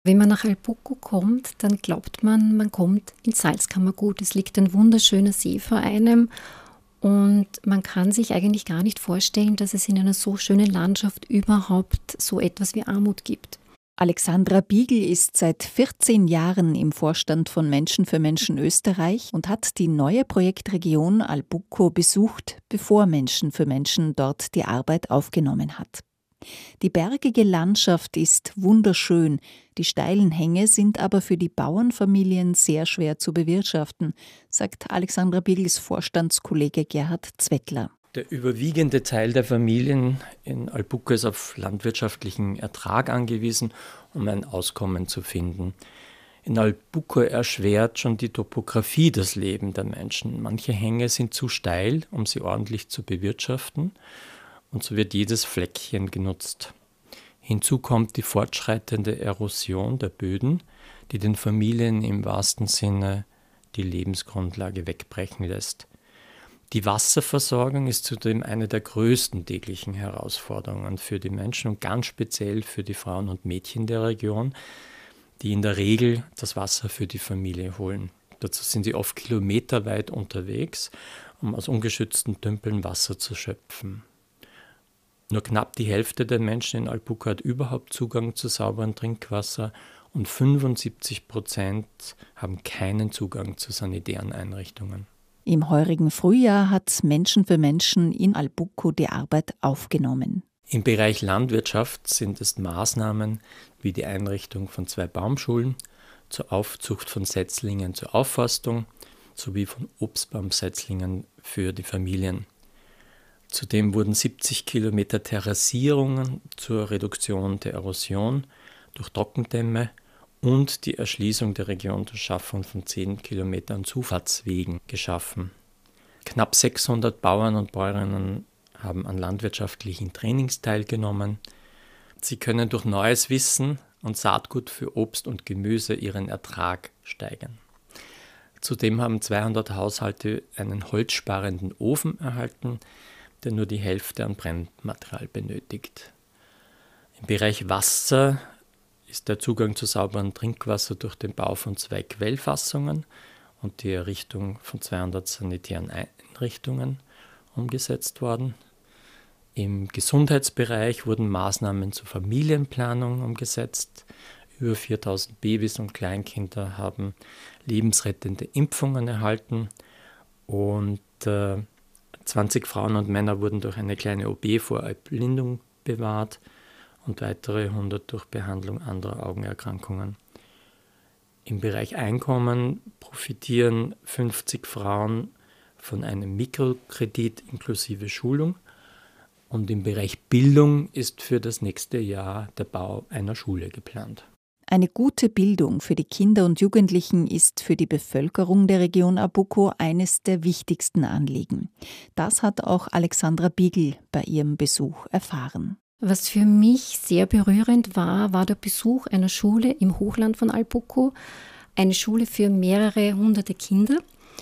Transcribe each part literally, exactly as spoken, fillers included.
Wenn man nach Albuco kommt, dann glaubt man, man kommt ins Salzkammergut. Es liegt ein wunderschöner See vor einem und man kann sich eigentlich gar nicht vorstellen, dass es in einer so schönen Landschaft überhaupt so etwas wie Armut gibt. Alexandra Biegel ist seit vierzehn Jahren im Vorstand von Menschen für Menschen Österreich und hat die neue Projektregion Albuco besucht, bevor Menschen für Menschen dort die Arbeit aufgenommen hat. Die bergige Landschaft ist wunderschön, die steilen Hänge sind aber für die Bauernfamilien sehr schwer zu bewirtschaften, sagt Alexandra Biegels Vorstandskollege Gerhard Zwettler. Der überwiegende Teil der Familien in Albuco ist auf landwirtschaftlichen Ertrag angewiesen, um ein Auskommen zu finden. In Albuco erschwert schon die Topografie das Leben der Menschen. Manche Hänge sind zu steil, um sie ordentlich zu bewirtschaften. Und so wird jedes Fleckchen genutzt. Hinzu kommt die fortschreitende Erosion der Böden, die den Familien im wahrsten Sinne die Lebensgrundlage wegbrechen lässt. Die Wasserversorgung ist zudem eine der größten täglichen Herausforderungen für die Menschen und ganz speziell für die Frauen und Mädchen der Region, die in der Regel das Wasser für die Familie holen. Dazu sind sie oft kilometerweit unterwegs, um aus ungeschützten Tümpeln Wasser zu schöpfen. Nur knapp die Hälfte der Menschen in Albuco hat überhaupt Zugang zu sauberem Trinkwasser und fünfundsiebzig Prozent haben keinen Zugang zu sanitären Einrichtungen. Im heurigen Frühjahr hat Menschen für Menschen in Albuco die Arbeit aufgenommen. Im Bereich Landwirtschaft sind es Maßnahmen wie die Einrichtung von zwei Baumschulen zur Aufzucht von Setzlingen zur Aufforstung sowie von Obstbaumsetzlingen für die Familien. Zudem wurden siebzig Kilometer Terrassierungen zur Reduktion der Erosion durch Trockendämme und die Erschließung der Region durch Schaffung von zehn Kilometern Zufahrtswegen geschaffen. Knapp sechshundert Bauern und Bäuerinnen haben an landwirtschaftlichen Trainings teilgenommen. Sie können durch neues Wissen und Saatgut für Obst und Gemüse ihren Ertrag steigern. Zudem haben zweihundert Haushalte einen holzsparenden Ofen erhalten, der nur die Hälfte an Brennmaterial benötigt. Im Bereich Wasser ist der Zugang zu sauberem Trinkwasser durch den Bau von zwei Quellfassungen und die Errichtung von zweihundert sanitären Einrichtungen umgesetzt worden. Im Gesundheitsbereich wurden Maßnahmen zur Familienplanung umgesetzt. Über viertausend Babys und Kleinkinder haben lebensrettende Impfungen erhalten und äh, zwanzig Frauen und Männer wurden durch eine kleine O P vor Erblindung bewahrt und weitere hundert durch Behandlung anderer Augenerkrankungen. Im Bereich Einkommen profitieren fünfzig Frauen von einem Mikrokredit inklusive Schulung und im Bereich Bildung ist für das nächste Jahr der Bau einer Schule geplant. Eine gute Bildung für die Kinder und Jugendlichen ist für die Bevölkerung der Region Albuco eines der wichtigsten Anliegen. Das hat auch Alexandra Biegel bei ihrem Besuch erfahren. Was für mich sehr berührend war, war der Besuch einer Schule im Hochland von Albuco. Eine Schule für mehrere hunderte Kinder,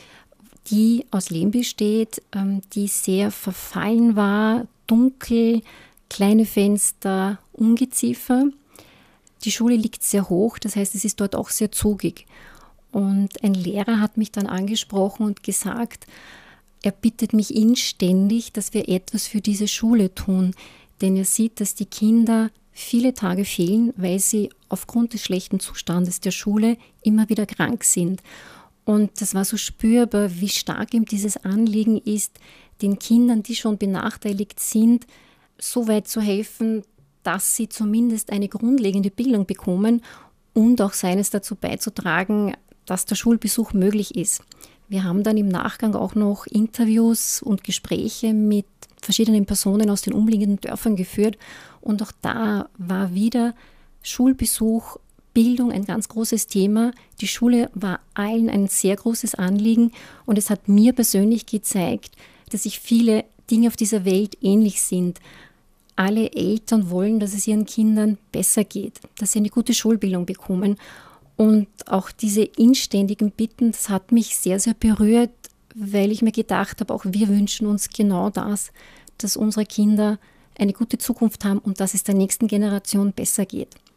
die aus Lehm besteht, die sehr verfallen war, dunkel, kleine Fenster, Ungeziefer. Die Schule liegt sehr hoch, das heißt, es ist dort auch sehr zugig. Und ein Lehrer hat mich dann angesprochen und gesagt, er bittet mich inständig, dass wir etwas für diese Schule tun. Denn er sieht, dass die Kinder viele Tage fehlen, weil sie aufgrund des schlechten Zustandes der Schule immer wieder krank sind. Und das war so spürbar, wie stark ihm dieses Anliegen ist, den Kindern, die schon benachteiligt sind, so weit zu helfen, dass sie zumindest eine grundlegende Bildung bekommen und auch seines dazu beizutragen, dass der Schulbesuch möglich ist. Wir haben dann im Nachgang auch noch Interviews und Gespräche mit verschiedenen Personen aus den umliegenden Dörfern geführt und auch da war wieder Schulbesuch, Bildung ein ganz großes Thema. Die Schule war allen ein sehr großes Anliegen und es hat mir persönlich gezeigt, dass sich viele Dinge auf dieser Welt ähnlich sind. Alle Eltern wollen, dass es ihren Kindern besser geht, dass sie eine gute Schulbildung bekommen. Und auch diese inständigen Bitten, das hat mich sehr, sehr berührt, weil ich mir gedacht habe, auch wir wünschen uns genau das, dass unsere Kinder eine gute Zukunft haben und dass es der nächsten Generation besser geht.